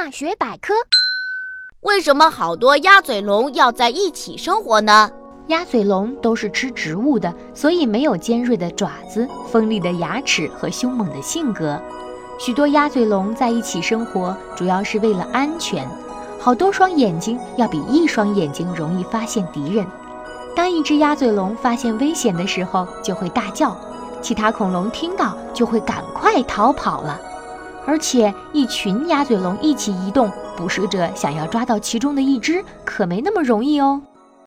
大学百科。 为什么好多鸭嘴龙要在一起生活呢？ 鸭嘴龙都是吃植物的，所以没有尖锐的爪子、锋利的牙齿和凶猛的性格。许多鸭嘴龙在一起生活，主要是为了安全。好多双眼睛要比一双眼睛容易发现敌人。当一只鸭嘴龙发现危险的时候，就会大叫，其他恐龙听到就会赶快逃跑了。而且一群鸭嘴龙一起移动，捕食者想要抓到其中的一只，可没那么容易哦。